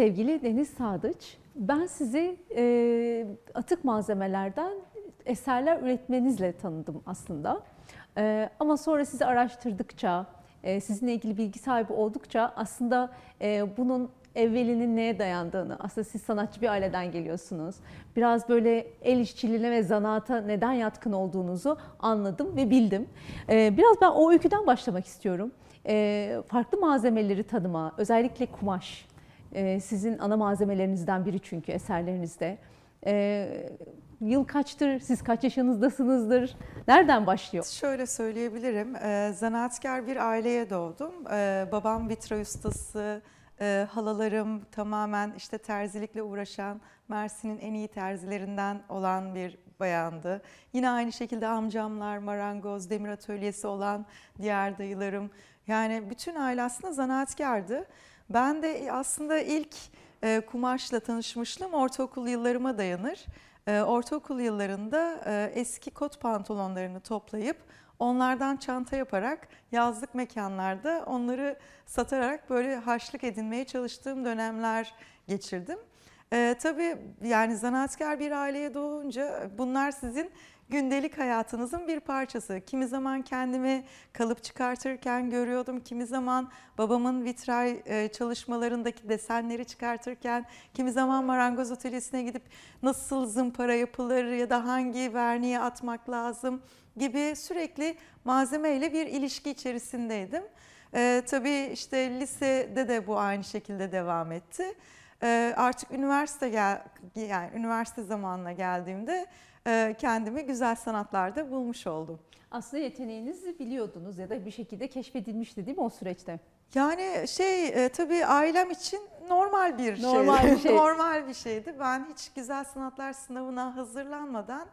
sevgili Deniz Sadıç. Ben sizi atık malzemelerden eserler üretmenizle tanıdım aslında. Ama sonra sizi araştırdıkça, sizinle ilgili bilgi sahibi oldukça aslında bunun evvelinin neye dayandığını, aslında siz sanatçı bir aileden geliyorsunuz. Biraz böyle el işçiliğine ve zanaata neden yatkın olduğunuzu anladım ve bildim. Biraz ben o öyküden başlamak istiyorum. Farklı malzemeleri tanıma, özellikle kumaş. Sizin ana malzemelerinizden biri çünkü eserlerinizde. Yıl kaçtır, siz kaç yaşınızdasınızdır, nereden başlıyor? Şöyle söyleyebilirim, zanaatkar bir aileye doğdum. Babam vitro ustası, halalarım tamamen işte terzilikle uğraşan, Mersin'in en iyi terzilerinden olan bir bayandı. Yine aynı şekilde amcamlar, marangoz, demir atölyesi olan diğer dayılarım. Yani bütün aile aslında zanaatkardı. Ben de aslında ilk kumaşla tanışmışlığım ortaokul yıllarıma dayanır. Ortaokul yıllarında eski kot pantolonlarını toplayıp onlardan çanta yaparak yazlık mekanlarda onları satarak böyle harçlık edinmeye çalıştığım dönemler geçirdim. Tabii yani zanaatkar bir aileye doğunca bunlar sizin gündelik hayatınızın bir parçası. Kimi zaman kendimi kalıp çıkartırken görüyordum, kimi zaman babamın vitray çalışmalarındaki desenleri çıkartırken, kimi zaman marangoz atölyesine gidip nasıl zımpara yapılır ya da hangi verniğe atmak lazım gibi sürekli malzemeyle bir ilişki içerisindeydim. Tabii işte lisede de bu aynı şekilde devam etti. Artık üniversite zamanına geldiğimde kendimi güzel sanatlarda bulmuş oldum. Aslında yeteneğinizi biliyordunuz ya da bir şekilde keşfedilmişti değil mi o süreçte? Yani tabii ailem için normal bir şeydi. Normal bir şey. Normal bir şeydi. Ben hiç güzel sanatlar sınavına hazırlanmadan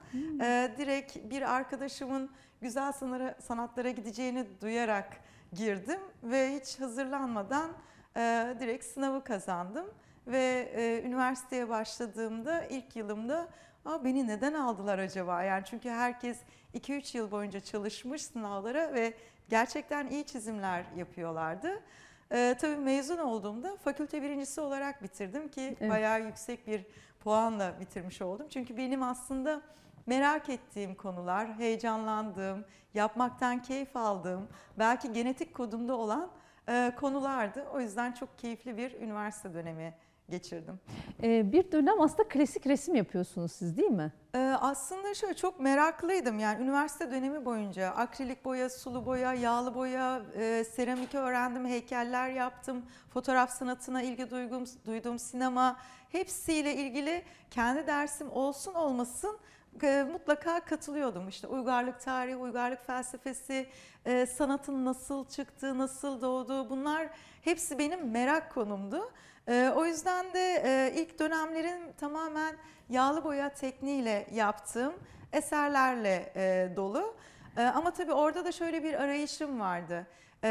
direkt bir arkadaşımın güzel sanatlara gideceğini duyarak girdim ve hiç hazırlanmadan direkt sınavı kazandım. Ve üniversiteye başladığımda ilk yılımda beni neden aldılar acaba? Yani çünkü herkes 2-3 yıl boyunca çalışmış sınavlara ve gerçekten iyi çizimler yapıyorlardı. Tabii mezun olduğumda fakülte birincisi olarak bitirdim ki Evet. bayağı yüksek bir puanla bitirmiş oldum. Çünkü benim aslında merak ettiğim konular, heyecanlandığım, yapmaktan keyif aldığım, belki genetik kodumda olan konulardı. O yüzden çok keyifli bir üniversite dönemi geçirdim. Bir dönem aslında klasik resim yapıyorsunuz siz değil mi? Aslında şöyle çok meraklıydım yani üniversite dönemi boyunca akrilik boya, sulu boya, yağlı boya, seramik öğrendim, heykeller yaptım, fotoğraf sanatına ilgi duydum, sinema hepsiyle ilgili kendi dersim olsun olmasın mutlaka katılıyordum. İşte uygarlık tarihi, uygarlık felsefesi, sanatın nasıl çıktığı, nasıl doğduğu bunlar hepsi benim merak konumdu. O yüzden de ilk dönemlerin tamamen yağlı boya tekniğiyle yaptığım eserlerle dolu. Ama tabii orada da şöyle bir arayışım vardı.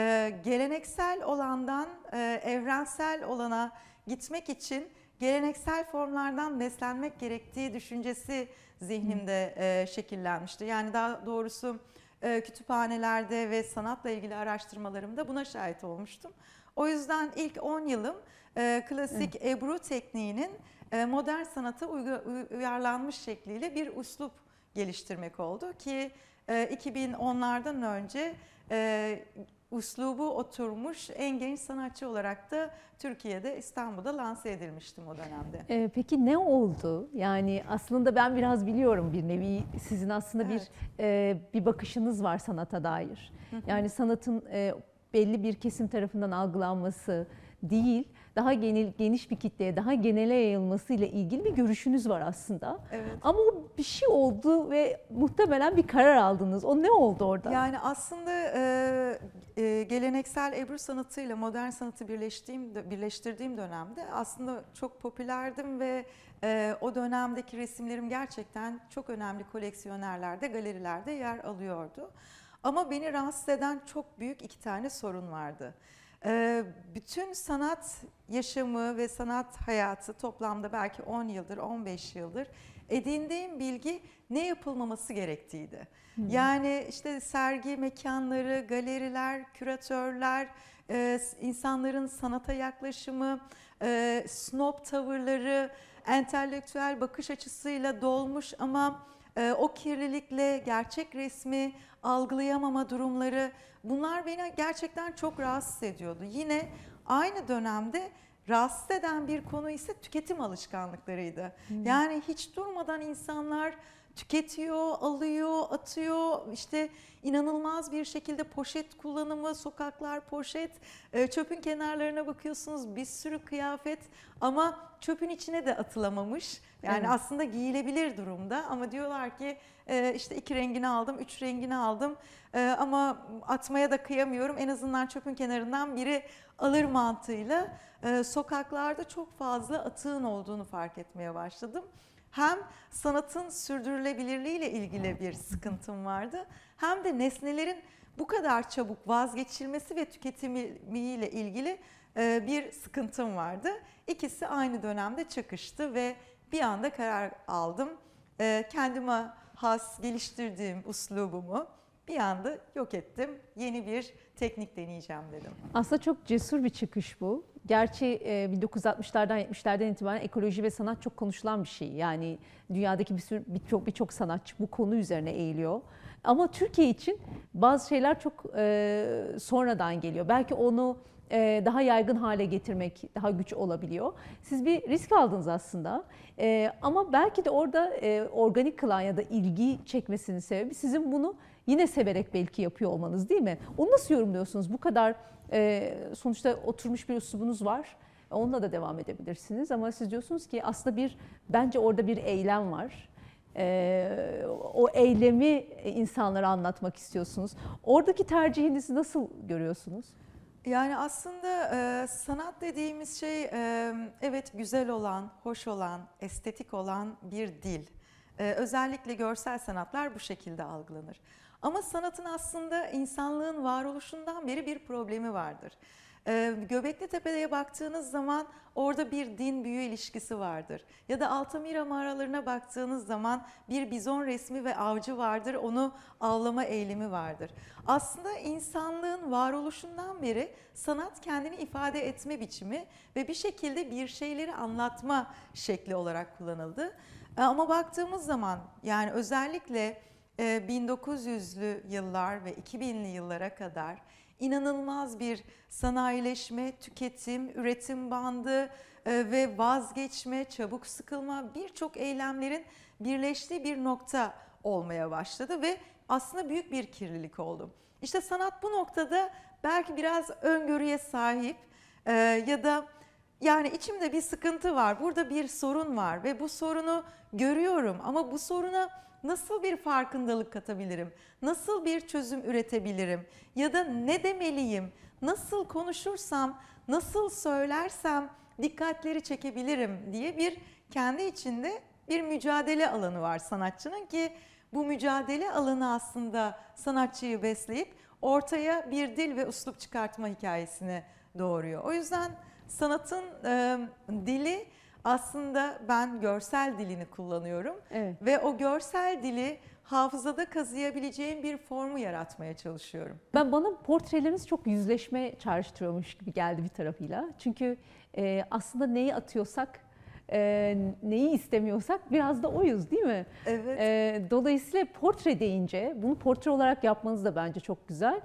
Geleneksel olandan evrensel olana gitmek için geleneksel formlardan beslenmek gerektiği düşüncesi zihnimde şekillenmişti. Yani daha doğrusu kütüphanelerde ve sanatla ilgili araştırmalarımda buna şahit olmuştum. O yüzden ilk 10 yılım klasik Ebru tekniğinin modern sanata uyarlanmış şekliyle bir üslup geliştirmek oldu ki 2010'lardan önce üslubu oturmuş en genç sanatçı olarak da Türkiye'de, İstanbul'da lanse edilmiştim o dönemde. Peki ne oldu? Yani aslında ben biraz biliyorum bir nevi sizin aslında bir bakışınız var sanata dair. Yani sanatın belli bir kesim tarafından algılanması değil, daha geniş bir kitleye, daha genele yayılmasıyla ilgili bir görüşünüz var aslında. Evet. Ama bir şey oldu ve muhtemelen bir karar aldınız. O ne oldu orada? Yani aslında geleneksel Ebru sanatıyla modern sanatı birleştirdiğim dönemde aslında çok popülerdim ve o dönemdeki resimlerim gerçekten çok önemli koleksiyonerlerde, galerilerde yer alıyordu. Ama beni rahatsız eden çok büyük 2 tane sorun vardı. Bütün sanat yaşamı ve sanat hayatı toplamda belki 10 yıldır, 15 yıldır edindiğim bilgi ne yapılmaması gerektiğiydi. Yani işte sergi mekanları, galeriler, küratörler, insanların sanata yaklaşımı, snob tavırları, entelektüel bakış açısıyla dolmuş ama o kirlilikle gerçek resmi algılayamama durumları, bunlar beni gerçekten çok rahatsız ediyordu. Yine aynı dönemde rahatsız eden bir konu ise tüketim alışkanlıklarıydı. Yani hiç durmadan insanlar tüketiyor, alıyor, atıyor. İşte inanılmaz bir şekilde poşet kullanımı, sokaklar poşet, çöpün kenarlarına bakıyorsunuz bir sürü kıyafet ama çöpün içine de atılamamış. Yani Evet. aslında giyilebilir durumda ama diyorlar ki işte 2 rengini aldım, 3 rengini aldım ama atmaya da kıyamıyorum. En azından çöpün kenarından biri alır mantığıyla sokaklarda çok fazla atığın olduğunu fark etmeye başladım. Hem sanatın sürdürülebilirliğiyle ilgili bir sıkıntım vardı, hem de nesnelerin bu kadar çabuk vazgeçilmesi ve tüketimiyle ilgili bir sıkıntım vardı. İkisi aynı dönemde çakıştı ve bir anda karar aldım. Kendime has geliştirdiğim uslubumu bir anda yok ettim. Yeni bir teknik deneyeceğim dedim. Aslında çok cesur bir çıkış bu. Gerçi 1960'lardan 70'lerden itibaren ekoloji ve sanat çok konuşulan bir şey. Yani dünyadaki birçok sanatçı bu konu üzerine eğiliyor. Ama Türkiye için bazı şeyler çok sonradan geliyor. Belki onu daha yaygın hale getirmek daha güç olabiliyor. Siz bir risk aldınız aslında. Ama belki de orada organik kılan ya da ilgi çekmesinin sebebi sizin bunu yine severek belki yapıyor olmanız, değil mi? Onu nasıl yorumluyorsunuz? Bu kadar sonuçta oturmuş bir üslubunuz var. Onunla da devam edebilirsiniz ama siz diyorsunuz ki aslında bence orada bir eylem var. O eylemi insanlara anlatmak istiyorsunuz. Oradaki tercihinizi nasıl görüyorsunuz? Yani aslında sanat dediğimiz şey evet güzel olan, hoş olan, estetik olan bir dil. Özellikle görsel sanatlar bu şekilde algılanır. Ama sanatın aslında insanlığın varoluşundan beri bir problemi vardır. Göbekli Tepe'ye baktığınız zaman orada bir din büyü ilişkisi vardır. Ya da Altamira mağaralarına baktığınız zaman bir bizon resmi ve avcı vardır, onu avlama eğilimi vardır. Aslında insanlığın varoluşundan beri sanat kendini ifade etme biçimi ve bir şekilde bir şeyleri anlatma şekli olarak kullanıldı. Ama baktığımız zaman yani özellikle 1900'lü yıllar ve 2000'li yıllara kadar inanılmaz bir sanayileşme, tüketim, üretim bandı ve vazgeçme, çabuk sıkılma, birçok eylemlerin birleştiği bir nokta olmaya başladı ve aslında büyük bir kirlilik oldu. İşte sanat bu noktada belki biraz öngörüye sahip ya da yani içimde bir sıkıntı var, burada bir sorun var ve bu sorunu görüyorum ama bu soruna nasıl bir farkındalık katabilirim? Nasıl bir çözüm üretebilirim? Ya da ne demeliyim? Nasıl konuşursam, nasıl söylersem dikkatleri çekebilirim diye bir kendi içinde bir mücadele alanı var sanatçının ki bu mücadele alanı aslında sanatçıyı besleyip ortaya bir dil ve üslup çıkartma hikayesini doğuruyor. O yüzden sanatın dili aslında ben görsel dilini kullanıyorum. Evet. Ve o görsel dili hafızada kazıyabileceğim bir formu yaratmaya çalışıyorum. Bana portreleriniz çok yüzleşme çağrıştırıyormuş gibi geldi bir tarafıyla. Çünkü aslında neyi atıyorsak, neyi istemiyorsak biraz da oyuz, değil mi? Evet. Dolayısıyla portre deyince bunu portre olarak yapmanız da bence çok güzel.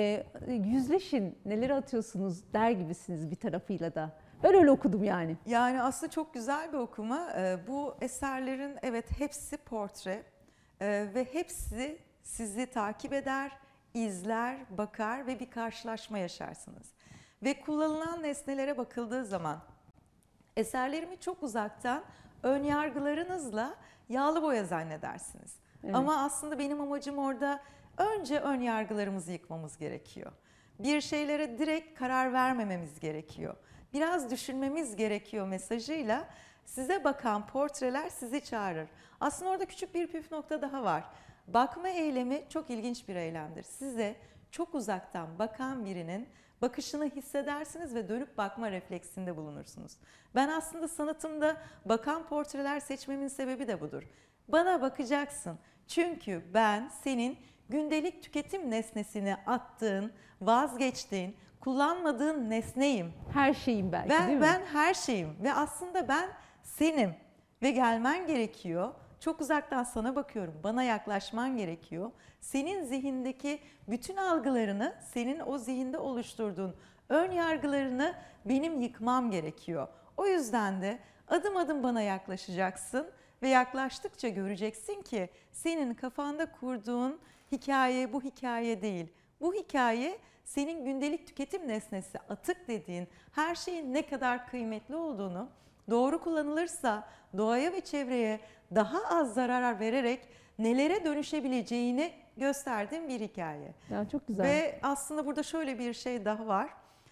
Yüzleşin, neleri atıyorsunuz der gibisiniz bir tarafıyla da. Ben öyle okudum yani. Yani aslında çok güzel bir okuma. Bu eserlerin evet hepsi portre ve hepsi sizi takip eder, izler, bakar ve bir karşılaşma yaşarsınız. Ve kullanılan nesnelere bakıldığı zaman eserlerimi çok uzaktan ön yargılarınızla yağlı boya zannedersiniz. Evet. Ama aslında benim amacım orada önce ön yargılarımızı yıkmamız gerekiyor. Bir şeylere direkt karar vermememiz gerekiyor. Biraz düşünmemiz gerekiyor mesajıyla size bakan portreler sizi çağırır. Aslında orada küçük bir püf nokta daha var. Bakma eylemi çok ilginç bir eylemdir. Size çok uzaktan bakan birinin bakışını hissedersiniz ve dönüp bakma refleksinde bulunursunuz. Ben aslında sanatımda bakan portreler seçmemin sebebi de budur. Bana bakacaksın çünkü ben senin gündelik tüketim nesnesini attığın, vazgeçtiğin, kullanmadığın nesneyim. Her şeyim belki, değil mi? Ben her şeyim ve aslında ben senim ve gelmen gerekiyor. Çok uzaktan sana bakıyorum, bana yaklaşman gerekiyor. Senin zihindeki bütün algılarını, senin o zihinde oluşturduğun ön yargılarını benim yıkmam gerekiyor. O yüzden de adım adım bana yaklaşacaksın ve yaklaştıkça göreceksin ki senin kafanda kurduğun hikaye bu hikaye değil. Bu hikaye senin gündelik tüketim nesnesi, atık dediğin her şeyin ne kadar kıymetli olduğunu, doğru kullanılırsa doğaya ve çevreye daha az zarar vererek nelere dönüşebileceğini gösterdiğim bir hikaye. Ya çok güzel. Ve aslında burada şöyle bir şey daha var.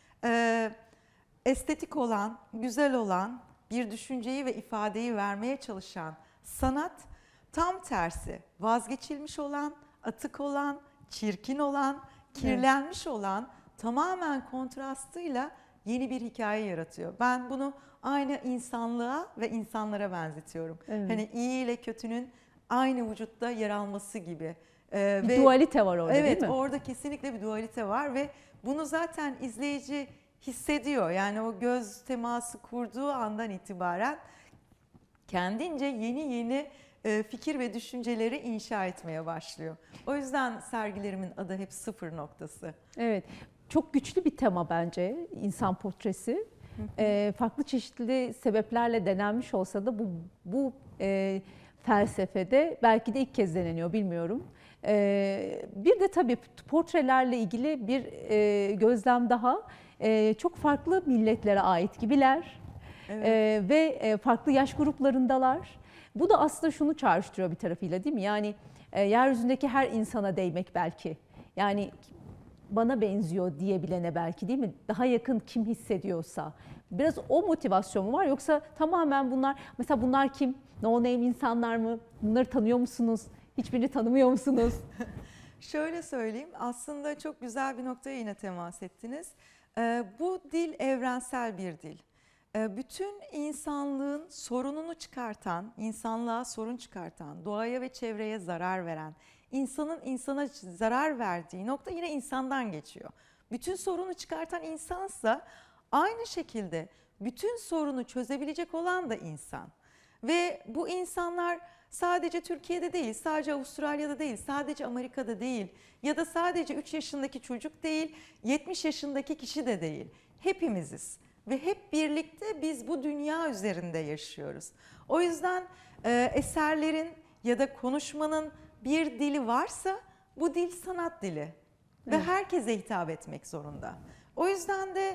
Estetik olan, güzel olan bir düşünceyi ve ifadeyi vermeye çalışan sanat tam tersi. Vazgeçilmiş olan, atık olan, çirkin olan, kirlenmiş olan tamamen kontrastıyla yeni bir hikaye yaratıyor. Ben bunu aynı insanlığa ve insanlara benzetiyorum. Evet. Hani iyi ile kötünün aynı vücutta yer alması gibi. Bir dualite var orada, değil mi? Evet, orada kesinlikle bir dualite var ve bunu zaten izleyici hissediyor. Yani o göz teması kurduğu andan itibaren kendince yeni fikir ve düşünceleri inşa etmeye başlıyor. O yüzden sergilerimin adı hep sıfır noktası. Evet, çok güçlü bir tema bence insan portresi. Farklı çeşitli sebeplerle denenmiş olsa da bu felsefede belki de ilk kez deneniyor, bilmiyorum. Bir de tabii portrelerle ilgili bir gözlem daha. Çok farklı milletlere ait gibiler. Evet. Ve farklı yaş gruplarındalar. Bu da aslında şunu çağrıştırıyor bir tarafıyla, değil mi? Yani yeryüzündeki her insana değmek belki. Yani bana benziyor diyebilene belki, değil mi? Daha yakın kim hissediyorsa. Biraz o motivasyon mu var, yoksa tamamen bunlar, mesela bunlar kim? No name insanlar mı? Bunları tanıyor musunuz? Hiçbirini tanımıyor musunuz? Şöyle söyleyeyim, aslında çok güzel bir noktaya yine temas ettiniz. Bu dil evrensel bir dil. Bütün insanlığın sorununu çıkartan, insanlığa sorun çıkartan, doğaya ve çevreye zarar veren, insanın insana zarar verdiği nokta yine insandan geçiyor. Bütün sorunu çıkartan insansa aynı şekilde bütün sorunu çözebilecek olan da insan. Ve bu insanlar sadece Türkiye'de değil, sadece Avustralya'da değil, sadece Amerika'da değil ya da sadece 3 yaşındaki çocuk değil, 70 yaşındaki kişi de değil. Hepimiziz ve hep birlikte biz bu dünya üzerinde yaşıyoruz. O yüzden eserlerin ya da konuşmanın bir dili varsa bu dil sanat dili ve herkese hitap etmek zorunda. O yüzden de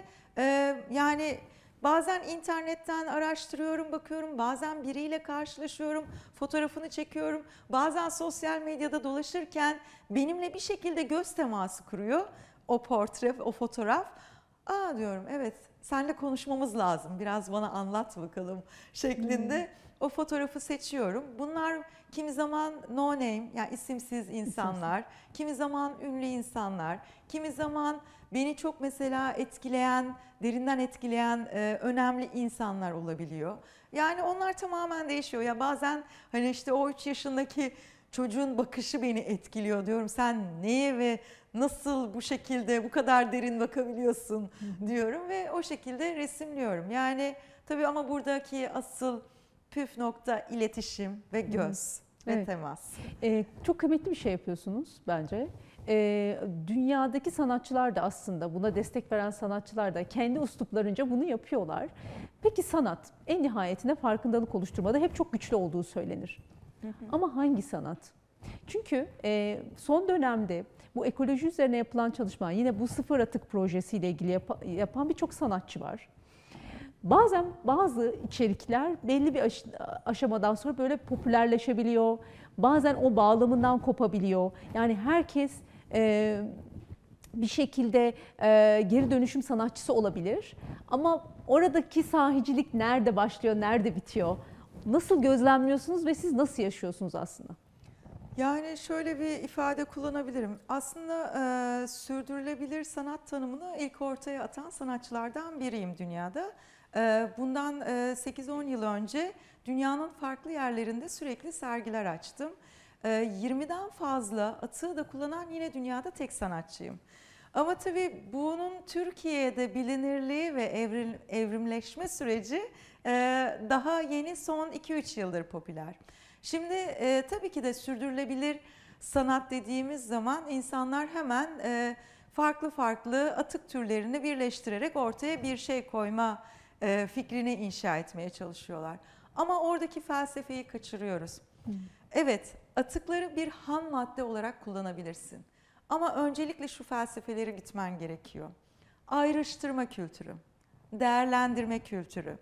yani bazen internetten araştırıyorum, bakıyorum, bazen biriyle karşılaşıyorum, fotoğrafını çekiyorum, bazen sosyal medyada dolaşırken benimle bir şekilde göz teması kuruyor o portre, o fotoğraf. Aa diyorum, evet, seninle konuşmamız lazım, biraz bana anlat bakalım şeklinde o fotoğrafı seçiyorum. Bunlar kimi zaman no name, yani isimsiz insanlar, kimi zaman ünlü insanlar, kimi zaman beni çok mesela etkileyen, derinden etkileyen önemli insanlar olabiliyor. Yani onlar tamamen değişiyor. Ya bazen hani işte o 3 yaşındaki çocuğun bakışı beni etkiliyor, diyorum sen neye ve nasıl bu şekilde bu kadar derin bakabiliyorsun diyorum ve o şekilde resimliyorum. Yani tabii ama buradaki asıl püf nokta iletişim ve göz ve temas. Çok kıymetli bir şey yapıyorsunuz bence. Dünyadaki sanatçılar da aslında, buna destek veren sanatçılar da kendi üsluplarınca bunu yapıyorlar. Peki sanat en nihayetinde farkındalık oluşturmada hep çok güçlü olduğu söylenir. Ama hangi sanat? Çünkü son dönemde bu ekoloji üzerine yapılan çalışma, yine bu sıfır atık projesiyle ilgili yapan birçok sanatçı var. Bazen bazı içerikler belli bir aşamadan sonra böyle popülerleşebiliyor. Bazen o bağlamından kopabiliyor. Yani herkes bir şekilde geri dönüşüm sanatçısı olabilir. Ama oradaki sahicilik nerede başlıyor, nerede bitiyor? Nasıl gözlemliyorsunuz ve siz nasıl yaşıyorsunuz aslında? Yani şöyle bir ifade kullanabilirim. Aslında sürdürülebilir sanat tanımını ilk ortaya atan sanatçılardan biriyim dünyada. Bundan 8-10 yıl önce dünyanın farklı yerlerinde sürekli sergiler açtım. 20'den fazla atığı da kullanan yine dünyada tek sanatçıyım. Ama tabii bunun Türkiye'de bilinirliği ve evrimleşme süreci daha yeni, son 2-3 yıldır popüler. Şimdi tabii ki de sürdürülebilir sanat dediğimiz zaman insanlar hemen farklı farklı atık türlerini birleştirerek ortaya bir şey koyma fikrini inşa etmeye çalışıyorlar. Ama oradaki felsefeyi kaçırıyoruz. Evet, atıkları bir ham madde olarak kullanabilirsin. Ama öncelikle şu felsefeleri gitmen gerekiyor. Ayrıştırma kültürü, değerlendirme kültürü,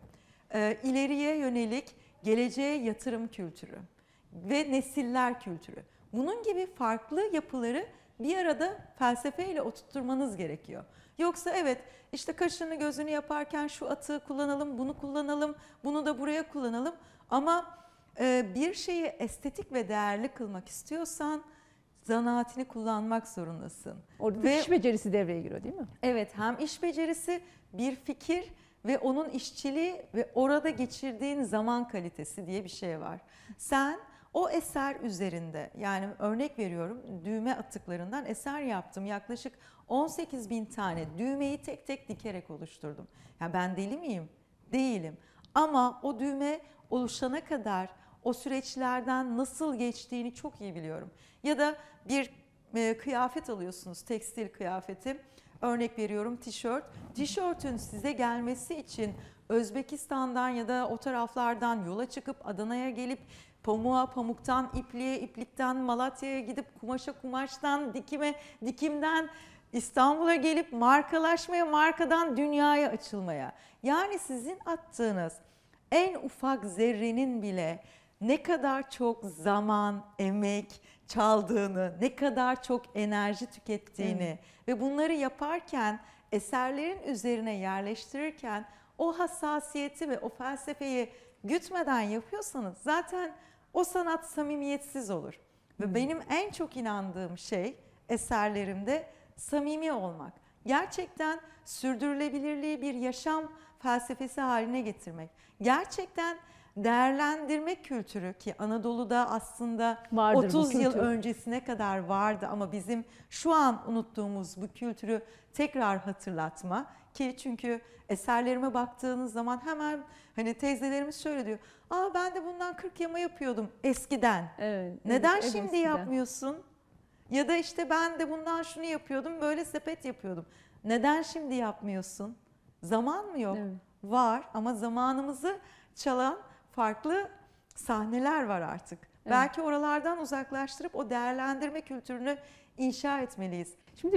ileriye yönelik geleceğe yatırım kültürü ve nesiller kültürü. Bunun gibi farklı yapıları bir arada felsefeyle oturtturmanız gerekiyor. Yoksa evet, işte kaşını gözünü yaparken şu atığı kullanalım, bunu kullanalım, bunu da buraya kullanalım. Ama bir şeyi estetik ve değerli kılmak istiyorsan zanaatini kullanmak zorundasın. Orada iş becerisi devreye giriyor değil mi? Evet, hem iş becerisi, bir fikir ve onun işçiliği ve orada geçirdiğin zaman kalitesi diye bir şey var. Sen o eser üzerinde, yani örnek veriyorum, düğme atıklarından eser yaptım. Yaklaşık 18.000 tane düğmeyi tek tek dikerek oluşturdum. Yani ben deli miyim? Değilim. Ama o düğme oluşana kadar o süreçlerden nasıl geçtiğini çok iyi biliyorum. Ya da bir kıyafet alıyorsunuz, tekstil kıyafeti. Örnek veriyorum, tişört. Tişörtün size gelmesi için Özbekistan'dan ya da o taraflardan yola çıkıp Adana'ya gelip pamuğa, pamuktan ipliğe, iplikten Malatya'ya gidip kumaşa, kumaştan dikime, dikimden İstanbul'a gelip markalaşmaya, markadan dünyaya açılmaya. Yani sizin attığınız en ufak zerrenin bile ne kadar çok zaman, emek çaldığını, ne kadar çok enerji tükettiğini ve bunları yaparken, eserlerin üzerine yerleştirirken o hassasiyeti ve o felsefeyi gütmeden yapıyorsanız zaten o sanat samimiyetsiz olur. Ve benim en çok inandığım şey eserlerimde samimi olmak. Gerçekten sürdürülebilirliği bir yaşam felsefesi haline getirmek. Gerçekten değerlendirme kültürü, ki Anadolu'da aslında Vardır 30 yıl öncesine kadar vardı ama bizim şu an unuttuğumuz bu kültürü tekrar hatırlatma, ki çünkü eserlerime baktığınız zaman hemen hani teyzelerimiz şöyle diyor. Aa, ben de bundan 40 yama yapıyordum eskiden. Evet, Neden evet, şimdi eskiden yapmıyorsun? Ya da işte ben de bundan şunu yapıyordum, böyle sepet yapıyordum. Neden şimdi yapmıyorsun? Zaman mı yok? Evet. Var, ama zamanımızı çalan farklı sahneler var artık. Evet. Belki oralardan uzaklaştırıp o değerlendirme kültürünü inşa etmeliyiz. Şimdi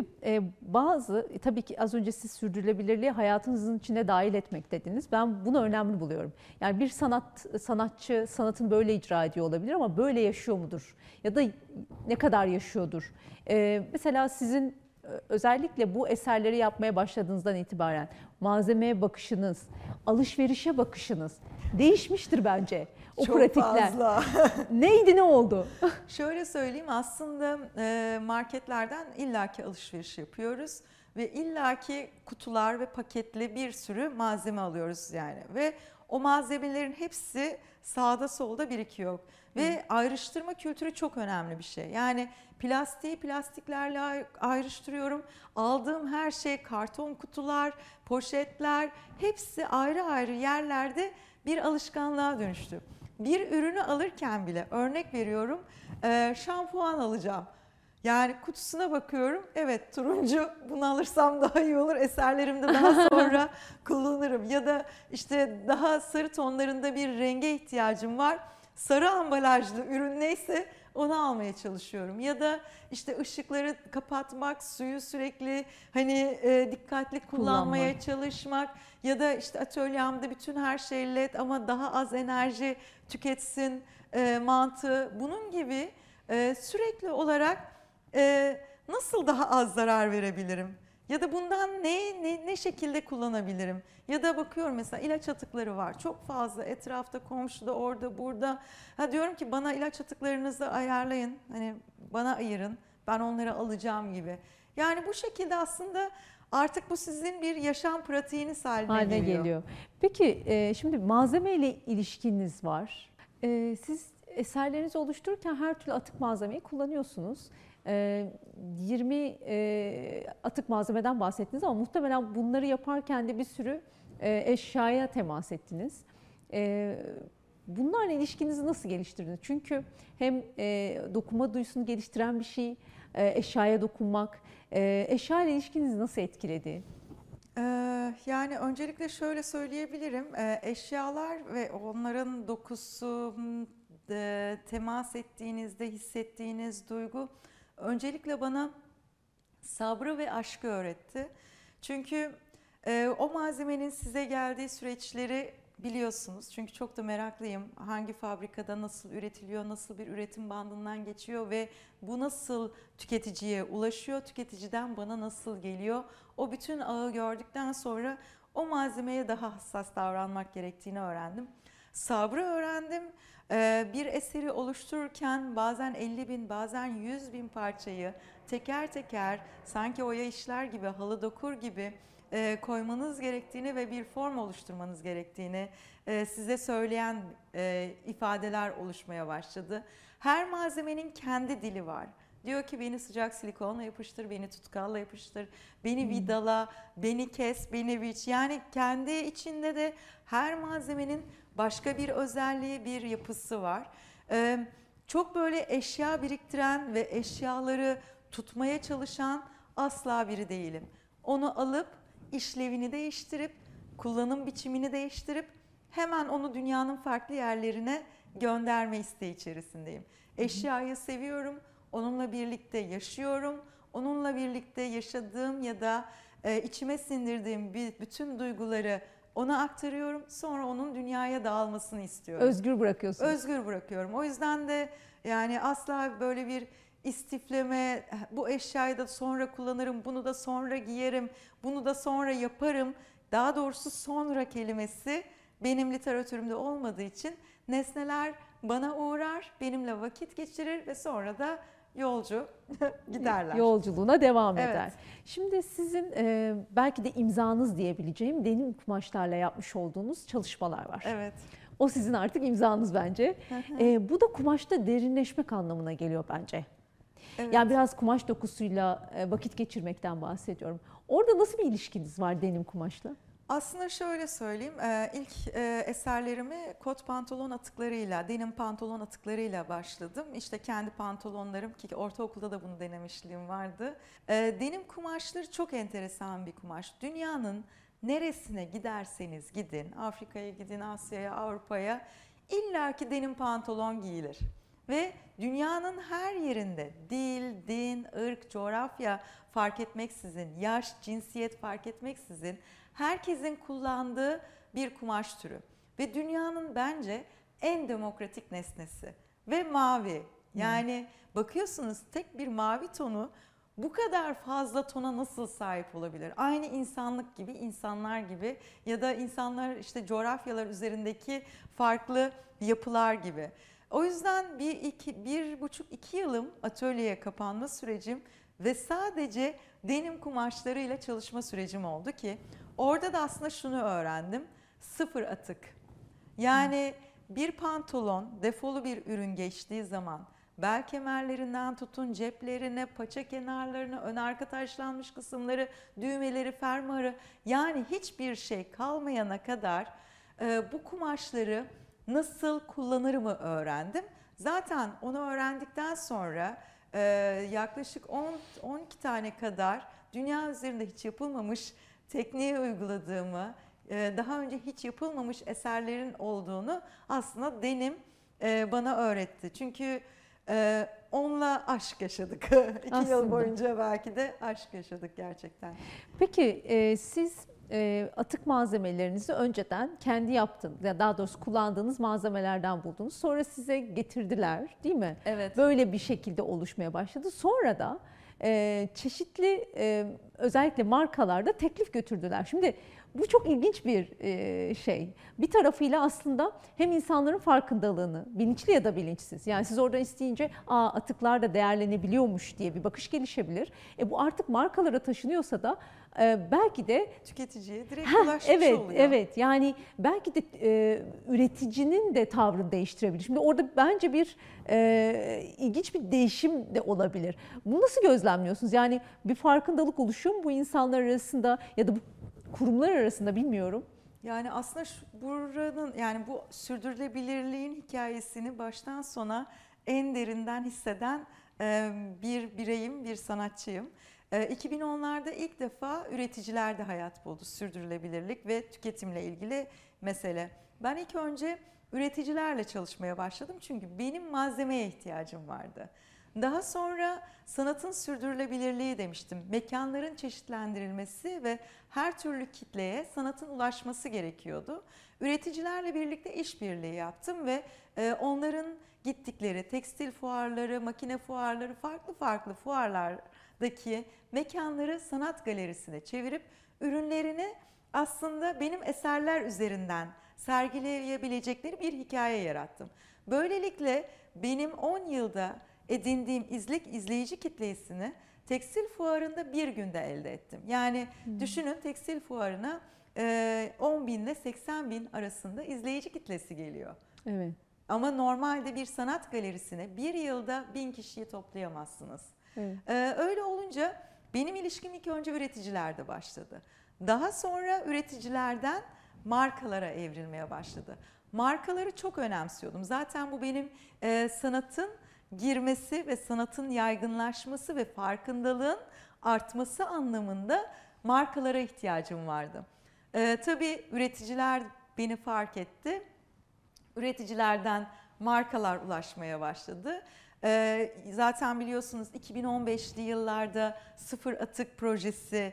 tabii ki az önce siz sürdürülebilirliği hayatınızın içine dahil etmek dediniz. Ben bunu önemli buluyorum. Yani bir sanatçı sanatını böyle icra ediyor olabilir ama böyle yaşıyor mudur? Ya da ne kadar yaşıyordur? Mesela sizin özellikle bu eserleri yapmaya başladığınızdan itibaren malzemeye bakışınız, alışverişe bakışınız değişmiştir bence. O çok pratikler. Fazla. Neydi, ne oldu? Şöyle söyleyeyim, aslında marketlerden illaki alışveriş yapıyoruz ve illaki kutular ve paketli bir sürü malzeme alıyoruz yani. Ve o malzemelerin hepsi sağda solda birikiyor. Ve ayrıştırma kültürü çok önemli bir şey. Yani plastiği plastiklerle ayrıştırıyorum. Aldığım her şey, karton kutular, poşetler, hepsi ayrı ayrı yerlerde bir alışkanlığa dönüştü. Bir ürünü alırken bile, örnek veriyorum, şampuan alacağım. Yani kutusuna bakıyorum, evet turuncu, bunu alırsam daha iyi olur, eserlerimde daha sonra kullanırım. Ya da işte daha sarı tonlarında bir renge ihtiyacım var. Sarı ambalajlı ürün neyse onu almaya çalışıyorum. Ya da işte ışıkları kapatmak, suyu sürekli hani dikkatli kullanmaya çalışmak. Ya da işte atölyemde bütün her şey led ama daha az enerji tüketsin mantığı. Bunun gibi sürekli olarak nasıl daha az zarar verebilirim? Ya da bundan ne şekilde kullanabilirim? Ya da bakıyorum mesela ilaç atıkları var. Çok fazla etrafta, komşuda, orada, burada. Ha, diyorum ki bana ilaç atıklarınızı ayarlayın. Hani bana ayırın. Ben onları alacağım gibi. Yani bu şekilde aslında artık bu sizin bir yaşam pratiğiniz haline geliyor. Peki şimdi malzeme ile ilişkiniz var. Siz eserlerinizi oluştururken her türlü atık malzemeyi kullanıyorsunuz. 20 atık malzemeden bahsettiniz ama muhtemelen bunları yaparken de bir sürü eşyaya temas ettiniz. Bunlarla ilişkinizi nasıl geliştirdiniz? Çünkü hem dokunma duyusunu geliştiren bir şey, eşyaya dokunmak, eşya ile ilişkinizi nasıl etkiledi? Yani öncelikle şöyle söyleyebilirim. Eşyalar ve onların dokusu, temas ettiğinizde hissettiğiniz duygu öncelikle bana sabrı ve aşkı öğretti. Çünkü o malzemenin size geldiği süreçleri biliyorsunuz. Çünkü çok da meraklıyım. Hangi fabrikada nasıl üretiliyor, nasıl bir üretim bandından geçiyor ve bu nasıl tüketiciye ulaşıyor, tüketiciden bana nasıl geliyor. O bütün ağı gördükten sonra o malzemeye daha hassas davranmak gerektiğini öğrendim. Sabrı öğrendim. Bir eseri oluştururken bazen 50.000, bazen 100.000 parçayı teker teker sanki oya işler gibi, halı dokur gibi koymanız gerektiğini ve bir form oluşturmanız gerektiğini size söyleyen ifadeler oluşmaya başladı. Her malzemenin kendi dili var. Diyor ki beni sıcak silikonla yapıştır, beni tutkalla yapıştır, beni vidala, beni kes, beni biç. Yani kendi içinde de her malzemenin başka bir özelliği, bir yapısı var. Çok böyle eşya biriktiren ve eşyaları tutmaya çalışan asla biri değilim. Onu alıp işlevini değiştirip, kullanım biçimini değiştirip hemen onu dünyanın farklı yerlerine gönderme isteği içerisindeyim. Eşyayı seviyorum, onunla birlikte yaşıyorum, onunla birlikte yaşadığım ya da içime sindirdiğim bütün duyguları ona aktarıyorum. Sonra onun dünyaya dağılmasını istiyorum. Özgür bırakıyorsunuz. Özgür bırakıyorum. O yüzden de yani asla böyle bir istifleme, bu eşyayı da sonra kullanırım, bunu da sonra giyerim, bunu da sonra yaparım. Daha doğrusu sonra kelimesi benim literatürümde olmadığı için nesneler bana uğrar, benimle vakit geçirir ve sonra da yolcu giderler. Yolculuğuna devam Evet. eder. Şimdi sizin belki de imzanız diyebileceğim denim kumaşlarla yapmış olduğunuz çalışmalar var. Evet. O sizin artık imzanız bence. Bu da kumaşta derinleşmek anlamına geliyor bence. Evet. Yani biraz kumaş dokusuyla vakit geçirmekten bahsediyorum. Orada nasıl bir ilişkiniz var denim kumaşla? Aslında şöyle söyleyeyim, ilk eserlerimi kot pantolon atıklarıyla, denim pantolon atıklarıyla başladım. İşte kendi pantolonlarım, ki ortaokulda da bunu denemişliğim vardı. Denim kumaşları çok enteresan bir kumaş. Dünyanın neresine giderseniz gidin, Afrika'ya gidin, Asya'ya, Avrupa'ya illaki denim pantolon giyilir. Ve dünyanın her yerinde dil, din, ırk, coğrafya fark etmeksizin, yaş, cinsiyet fark etmeksizin herkesin kullandığı bir kumaş türü. Ve dünyanın bence en demokratik nesnesi. Ve mavi. Yani bakıyorsunuz tek bir mavi tonu bu kadar fazla tona nasıl sahip olabilir? Aynı insanlık gibi, insanlar gibi ya da insanlar işte coğrafyalar üzerindeki farklı yapılar gibi. O yüzden bir buçuk iki yılım atölyeye kapanma sürecim ve sadece denim kumaşlarıyla çalışma sürecim oldu ki orada da aslında şunu öğrendim. Sıfır atık. Yani bir pantolon defolu bir ürün geçtiği zaman bel kemerlerinden tutun ceplerine, paça kenarlarına, ön arka taşlanmış kısımları, düğmeleri, fermuarı yani hiçbir şey kalmayana kadar bu kumaşları nasıl kullanırımı öğrendim. Zaten onu öğrendikten sonra yaklaşık 10-12 tane kadar dünya üzerinde hiç yapılmamış tekniği uyguladığımı, daha önce hiç yapılmamış eserlerin olduğunu aslında denim bana öğretti. Çünkü onunla aşk yaşadık. 2 yıl boyunca belki de aşk yaşadık gerçekten. Peki siz atık malzemelerinizi önceden kendi yaptığınız, ya daha doğrusu kullandığınız malzemelerden buldunuz. Sonra size getirdiler, değil mi? Evet. Böyle bir şekilde oluşmaya başladı. Sonra da çeşitli özellikle markalarda teklif götürdüler. Şimdi Bu çok ilginç bir şey. Bir tarafıyla aslında hem insanların farkındalığını, bilinçli ya da bilinçsiz. Yani siz oradan isteyince atıklar da değerlenebiliyormuş diye bir bakış gelişebilir. Bu artık markalara taşınıyorsa da belki de tüketiciye direkt ulaşmış evet, oluyor. Evet, yani belki de üreticinin de tavrını değiştirebilir. Şimdi orada bence bir ilginç bir değişim de olabilir. Bunu nasıl gözlemliyorsunuz? Yani bir farkındalık oluşuyor mu bu insanlar arasında ya da bu kurumlar arasında, bilmiyorum. Yani aslında buranın, yani bu sürdürülebilirliğin hikayesini baştan sona en derinden hisseden bir bireyim, bir sanatçıyım. 2010'larda ilk defa üreticilerde hayat buldu sürdürülebilirlik ve tüketimle ilgili mesele. Ben ilk önce üreticilerle çalışmaya başladım çünkü benim malzemeye ihtiyacım vardı. Daha sonra sanatın sürdürülebilirliği demiştim. Mekanların çeşitlendirilmesi ve her türlü kitleye sanatın ulaşması gerekiyordu. Üreticilerle birlikte işbirliği yaptım ve onların gittikleri tekstil fuarları, makine fuarları, farklı fuarlardaki mekanları sanat galerisine çevirip ürünlerini aslında benim eserler üzerinden sergileyebilecekleri bir hikaye yarattım. Böylelikle benim 10 yılda edindiğim izleyici kitlesini tekstil fuarında bir günde elde ettim. Yani düşünün, tekstil fuarına 10 bin ile 80 bin arasında izleyici kitlesi geliyor. Evet. Ama normalde bir sanat galerisine bir yılda 1000 kişiyi toplayamazsınız. Evet. Öyle olunca benim ilişkim ilk önce üreticilerde başladı. Daha sonra üreticilerden markalara evrilmeye başladı. Markaları çok önemsiyordum. Zaten bu benim sanatın girmesi ve sanatın yaygınlaşması ve farkındalığın artması anlamında markalara ihtiyacım vardı. Tabii üreticiler beni fark etti. Üreticilerden markalar ulaşmaya başladı. Zaten biliyorsunuz 2015'li yıllarda sıfır atık projesi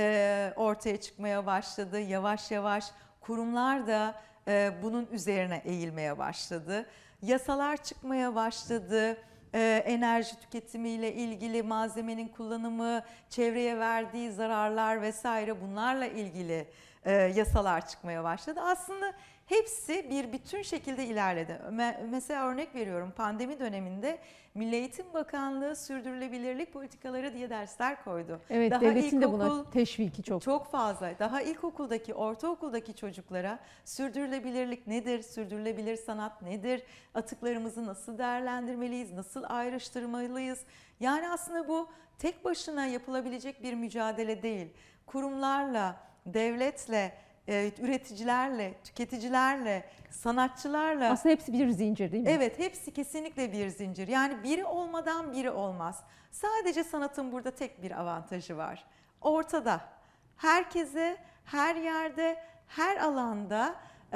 ortaya çıkmaya başladı. Yavaş yavaş kurumlar da bunun üzerine eğilmeye başladı. Yasalar çıkmaya başladı. Enerji tüketimiyle ilgili, malzemenin kullanımı, çevreye verdiği zararlar vesaire, bunlarla ilgili yasalar çıkmaya başladı. Aslında hepsi bir bütün şekilde ilerledi. Mesela örnek veriyorum, pandemi döneminde Milli Eğitim Bakanlığı sürdürülebilirlik politikaları diye dersler koydu. Evet, daha devletin de buna teşviki çok fazla. Daha ilkokuldaki, ortaokuldaki çocuklara sürdürülebilirlik nedir, sürdürülebilir sanat nedir, atıklarımızı nasıl değerlendirmeliyiz, nasıl ayrıştırmalıyız? Yani aslında bu tek başına yapılabilecek bir mücadele değil. Kurumlarla, devletle, üreticilerle, tüketicilerle, sanatçılarla. Aslında hepsi bir zincir değil mi? Evet, hepsi kesinlikle bir zincir. Yani biri olmadan biri olmaz. Sadece sanatın burada tek bir avantajı var. Ortada. Herkese, her yerde, her alanda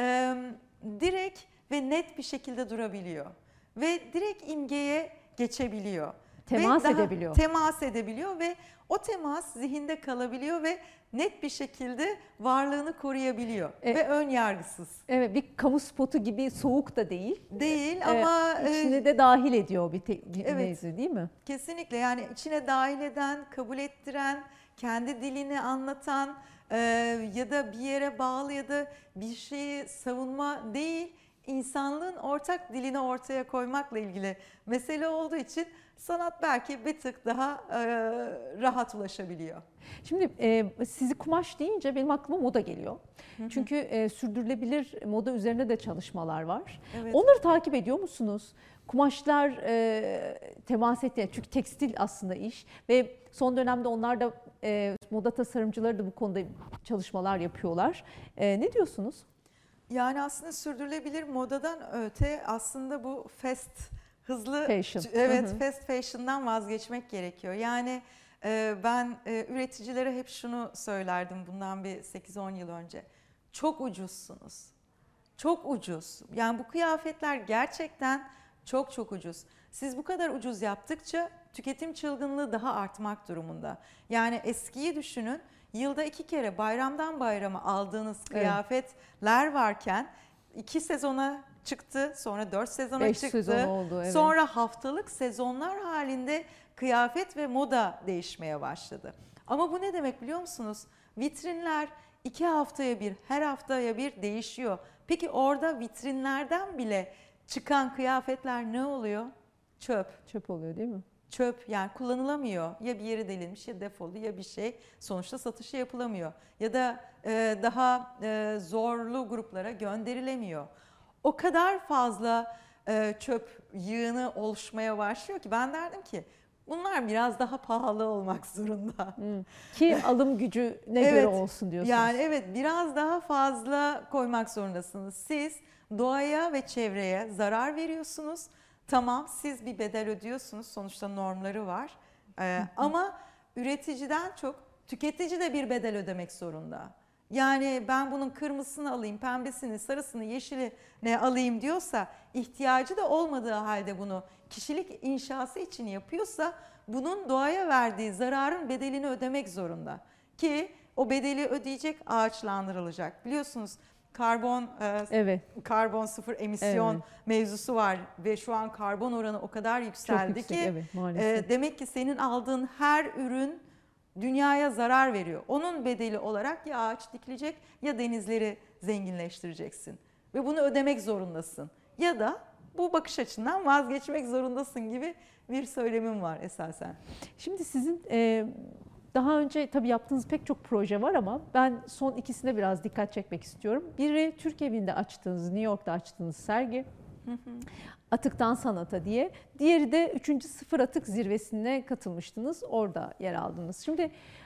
direkt ve net bir şekilde durabiliyor. Ve direkt imgeye geçebiliyor. Temas edebiliyor. Temas edebiliyor ve o temas zihinde kalabiliyor ve net bir şekilde varlığını koruyabiliyor ve ön yargısız. Evet, bir kamu spotu gibi soğuk da değil. Değil ama içine de dahil ediyor bir mevzu, değil mi? Kesinlikle, yani içine dahil eden, kabul ettiren, kendi dilini anlatan ya da bir yere bağlı ya da bir şeyi savunma değil, insanlığın ortak dilini ortaya koymakla ilgili mesele olduğu için sanat belki bir tık daha rahat ulaşabiliyor. Şimdi sizi kumaş deyince benim aklıma moda geliyor. Çünkü sürdürülebilir moda üzerine de çalışmalar var. Evet. Onları takip ediyor musunuz? Kumaşlar temas etti. Çünkü tekstil aslında iş ve son dönemde onlar da moda tasarımcıları da bu konuda çalışmalar yapıyorlar. Ne diyorsunuz? Yani aslında sürdürülebilir modadan öte aslında bu hızlı fashion. Evet, fast fashion'dan vazgeçmek gerekiyor. Yani ben üreticilere hep şunu söylerdim bundan bir 8-10 yıl önce. Çok ucuzsunuz. Çok ucuz. Yani bu kıyafetler gerçekten çok ucuz. Siz bu kadar ucuz yaptıkça tüketim çılgınlığı daha artmak durumunda. Yani eskiyi düşünün. Yılda 2 kere bayramdan bayrama aldığınız kıyafetler varken 2 sezona çıktı, sonra 4 sezona 5 çıktı. sezon oldu, evet. Sonra haftalık sezonlar halinde kıyafet ve moda değişmeye başladı. Ama bu ne demek biliyor musunuz? Vitrinler 2 haftaya bir, her haftaya bir değişiyor. Peki orada vitrinlerden bile çıkan kıyafetler ne oluyor? Çöp. Çöp oluyor değil mi? Çöp, yani kullanılamıyor. Ya bir yeri delinmiş ya defoldu ya bir şey. Sonuçta satışı yapılamıyor. Ya da daha zorlu gruplara gönderilemiyor. O kadar fazla çöp yığını oluşmaya başlıyor ki ben derdim ki bunlar biraz daha pahalı olmak zorunda. Ki alım gücüne göre olsun diyorsunuz. Yani evet, biraz daha fazla koymak zorundasınız. Siz doğaya ve çevreye zarar veriyorsunuz. Tamam, siz bir bedel ödüyorsunuz. Sonuçta normları var. Ama üreticiden çok tüketici de bir bedel ödemek zorunda. Yani ben bunun kırmızısını alayım, pembesini, sarısını, yeşilini alayım diyorsa, ihtiyacı da olmadığı halde bunu kişilik inşası için yapıyorsa, bunun doğaya verdiği zararın bedelini ödemek zorunda. Ki o bedeli ödeyecek, ağaçlandırılacak. Biliyorsunuz karbon sıfır emisyon mevzusu var ve şu an karbon oranı o kadar yükseldi yüksek, ki maalesef. demek ki senin aldığın her ürün dünyaya zarar veriyor. Onun bedeli olarak ya ağaç dikilecek ya denizleri zenginleştireceksin ve bunu ödemek zorundasın. Ya da bu bakış açından vazgeçmek zorundasın gibi bir söylemim var esasen. Şimdi sizin daha önce tabii yaptığınız pek çok proje var ama ben son ikisine biraz dikkat çekmek istiyorum. Biri Türk Evi'nde açtığınız, New York'ta açtığınız sergi. Atıktan Sanata diye. Diğeri de 3. Sıfır Atık Zirvesi'ne katılmıştınız. Orada yer aldınız. Şimdi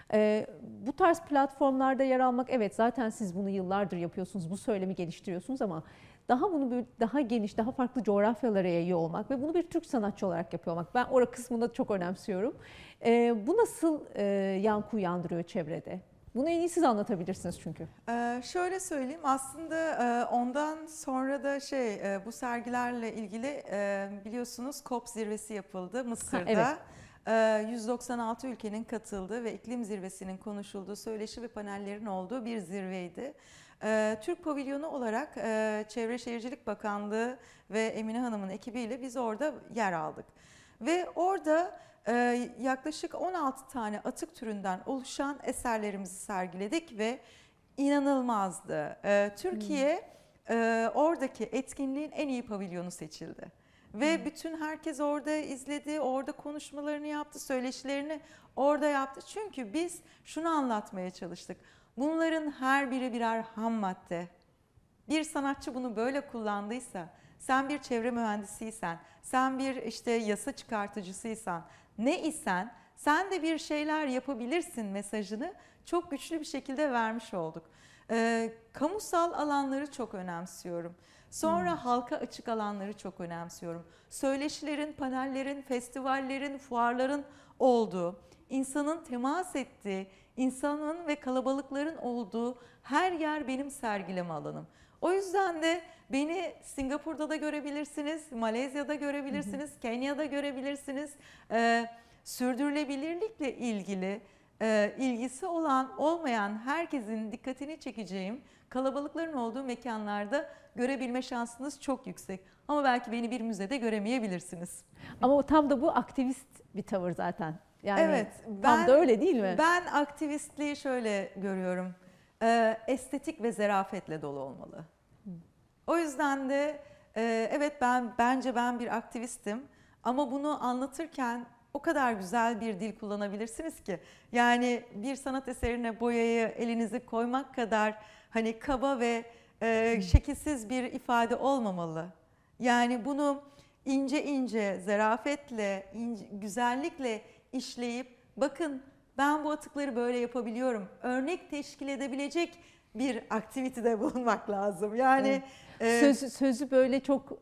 bu tarz platformlarda yer almak, evet zaten siz bunu yıllardır yapıyorsunuz. Bu söylemi geliştiriyorsunuz ama bunu böyle daha geniş, daha farklı coğrafyalara yayıyor olmak ve bunu bir Türk sanatçı olarak yapıyor olmak. Ben orada kısmını çok önemsiyorum. Bu nasıl yankı uyandırıyor çevrede? Bunu en iyi siz anlatabilirsiniz çünkü. Şöyle söyleyeyim, aslında ondan sonra da bu sergilerle ilgili biliyorsunuz COP zirvesi yapıldı Mısır'da. Evet. 196 ülkenin katıldığı ve iklim zirvesinin konuşulduğu, söyleşi ve panellerin olduğu bir zirveydi. Türk pavilyonu olarak Çevre Şehircilik Bakanlığı ve Emine Hanım'ın ekibiyle biz orada yer aldık. Ve orada yaklaşık 16 tane atık türünden oluşan eserlerimizi sergiledik ve inanılmazdı. Türkiye oradaki etkinliğin en iyi pavilyonu seçildi. Ve bütün herkes orada izledi, orada konuşmalarını yaptı, söyleşilerini orada yaptı. Çünkü biz şunu anlatmaya çalıştık. Bunların her biri birer ham madde. Bir sanatçı bunu böyle kullandıysa, sen bir çevre mühendisiysen, sen bir yasa çıkartıcısıysan, ne isen sen de bir şeyler yapabilirsin mesajını çok güçlü bir şekilde vermiş olduk. Kamusal alanları çok önemsiyorum. Sonra halka açık alanları çok önemsiyorum. Söyleşilerin, panellerin, festivallerin, fuarların olduğu, insanın temas ettiği, insanın ve kalabalıkların olduğu her yer benim sergileme alanım. O yüzden de beni Singapur'da da görebilirsiniz, Malezya'da görebilirsiniz, Kenya'da görebilirsiniz. Sürdürülebilirlikle ilgili ilgisi olan olmayan herkesin dikkatini çekeceğim kalabalıkların olduğu mekanlarda görebilme şansınız çok yüksek. Ama belki beni bir müzede göremeyebilirsiniz. Ama tam da bu aktivist bir tavır zaten. Yani evet, tam da öyle değil mi? Ben aktivistliği şöyle görüyorum. Estetik ve zarafetle dolu olmalı. O yüzden de evet bence ben bir aktivistim ama bunu anlatırken o kadar güzel bir dil kullanabilirsiniz ki. Yani bir sanat eserine boyayı elinizi koymak kadar hani kaba ve şekilsiz bir ifade olmamalı. Yani bunu ince ince, zarafetle, güzellikle işleyip bakın ben bu atıkları böyle yapabiliyorum. Örnek teşkil edebilecek bir aktivitede bulunmak lazım. Yani sözü böyle çok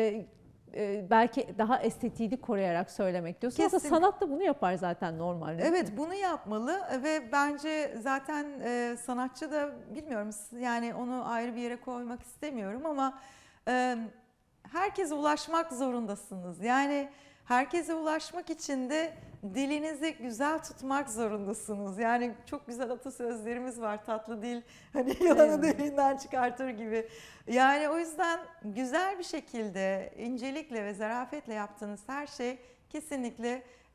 belki daha estetiğini koruyarak söylemek diyorsun. Aslında sanat da bunu yapar zaten normalde. Evet, bunu yapmalı ve bence zaten sanatçı da bilmiyorum, yani onu ayrı bir yere koymak istemiyorum ama herkese ulaşmak zorundasınız. Yani herkese ulaşmak için de dilinizi güzel tutmak zorundasınız. Yani çok güzel atasözlerimiz var. Tatlı dil hani yılanı deliğinden çıkartır gibi. Yani o yüzden güzel bir şekilde, incelikle ve zarafetle yaptığınız her şey kesinlikle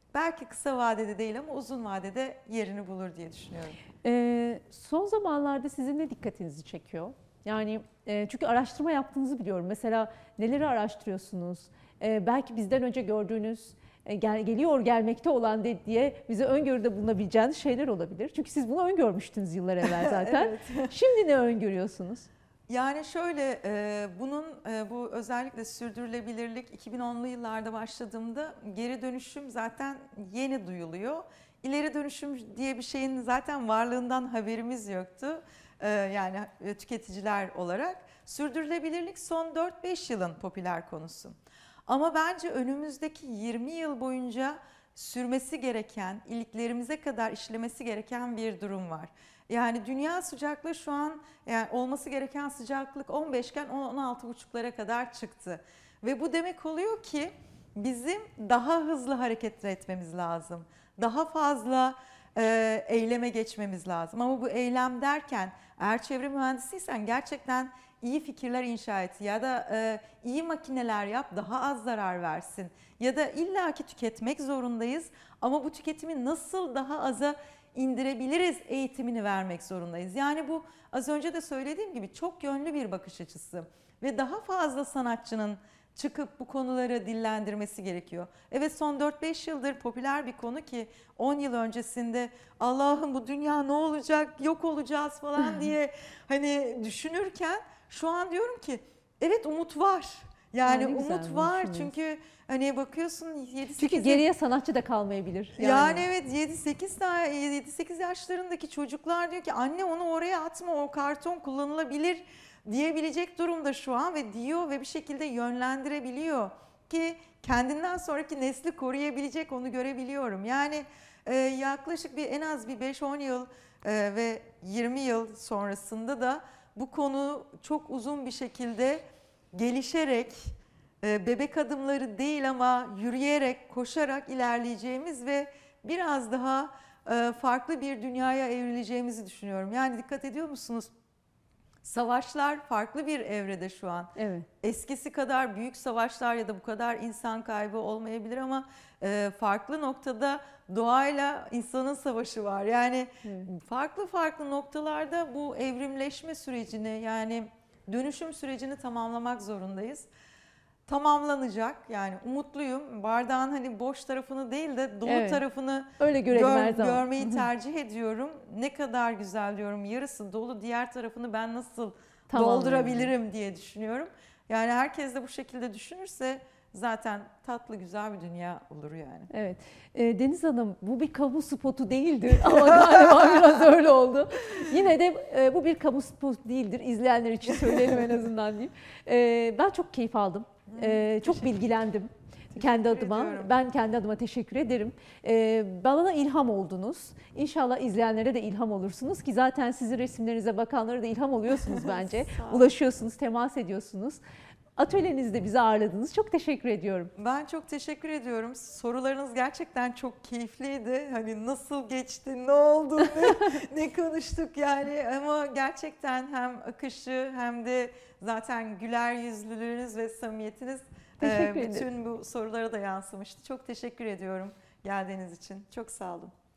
belki kısa vadede değil ama uzun vadede yerini bulur diye düşünüyorum. Son zamanlarda sizin ne dikkatinizi çekiyor? Yani çünkü araştırma yaptığınızı biliyorum. Mesela neleri araştırıyorsunuz? Belki bizden önce gördüğünüz, geliyor gelmekte olan diye bize öngörüde bulunabileceğiniz şeyler olabilir. Çünkü siz bunu öngörmüştünüz yıllar evvel zaten. Evet. Şimdi ne öngörüyorsunuz? Yani şöyle, bunun bu özellikle sürdürülebilirlik 2010'lu yıllarda başladığımda geri dönüşüm zaten yeni duyuluyor. İleri dönüşüm diye bir şeyin zaten varlığından haberimiz yoktu. Yani tüketiciler olarak. Sürdürülebilirlik son 4-5 yılın popüler konusu. Ama bence önümüzdeki 20 yıl boyunca sürmesi gereken, iliklerimize kadar işlemesi gereken bir durum var. Yani dünya sıcaklığı şu an yani olması gereken sıcaklık 15 iken 16,5'lara kadar çıktı. Ve bu demek oluyor ki bizim daha hızlı hareket etmemiz lazım. Daha fazla eyleme geçmemiz lazım. Ama bu eylem derken eğer çevre mühendisiysen gerçekten iyi fikirler inşa et ya da iyi makineler yap, daha az zarar versin. Ya da illaki tüketmek zorundayız ama bu tüketimi nasıl daha aza indirebiliriz eğitimini vermek zorundayız. Yani bu az önce de söylediğim gibi çok yönlü bir bakış açısı ve daha fazla sanatçının çıkıp bu konuları dillendirmesi gerekiyor. Evet, son 4-5 yıldır popüler bir konu ki 10 yıl öncesinde Allah'ım bu dünya ne olacak, yok olacağız falan diye hani düşünürken şu an diyorum ki evet, umut var. Yani umut var çünkü hani bakıyorsun 7-8 çünkü geriye sanatçı da kalmayabilir. Yani evet, 7-8 yaşlarındaki çocuklar diyor ki anne onu oraya atma, o karton kullanılabilir diyebilecek durumda şu an ve diyor ve bir şekilde yönlendirebiliyor ki kendinden sonraki nesli koruyabilecek, onu görebiliyorum. Yani yaklaşık en az bir 5-10 yıl ve 20 yıl sonrasında da bu konu çok uzun bir şekilde gelişerek, bebek adımları değil ama yürüyerek, koşarak ilerleyeceğimiz ve biraz daha farklı bir dünyaya evrileceğimizi düşünüyorum. Yani dikkat ediyor musunuz? Savaşlar farklı bir evrede şu an. Evet. Eskisi kadar büyük savaşlar ya da bu kadar insan kaybı olmayabilir ama farklı noktada doğayla insanın savaşı var. Yani farklı farklı noktalarda bu evrimleşme sürecini, yani dönüşüm sürecini tamamlamak zorundayız. Tamamlanacak, yani umutluyum. Bardağın hani boş tarafını değil de dolu tarafını öyle her zaman görmeyi tercih ediyorum. Ne kadar güzel diyorum, yarısı dolu, diğer tarafını ben nasıl doldurabilirim diye düşünüyorum. Yani herkes de bu şekilde düşünürse zaten tatlı güzel bir dünya olur yani. Evet. Deniz Hanım, bu bir kamu spotu değildir ama galiba biraz öyle oldu. Yine de bu bir kamu spotu değildir. İzleyenler için söyleyelim en azından diyeyim. Ben çok keyif aldım. Çok bilgilendim kendi adıma. Ben kendi adıma teşekkür ederim. Bana ilham oldunuz. İnşallah izleyenlere de ilham olursunuz ki zaten sizin resimlerinize bakanlara da ilham oluyorsunuz bence. Ulaşıyorsunuz, temas ediyorsunuz. Atölyenizde bizi ağırladınız. Çok teşekkür ediyorum. Ben çok teşekkür ediyorum. Sorularınız gerçekten çok keyifliydi. Hani nasıl geçti, ne oldu, ne konuştuk yani. Ama gerçekten hem akışı hem de zaten güler yüzlülüğünüz ve samimiyetiniz bütün bu sorulara da yansımıştı. Çok teşekkür ediyorum geldiğiniz için. Çok sağ olun.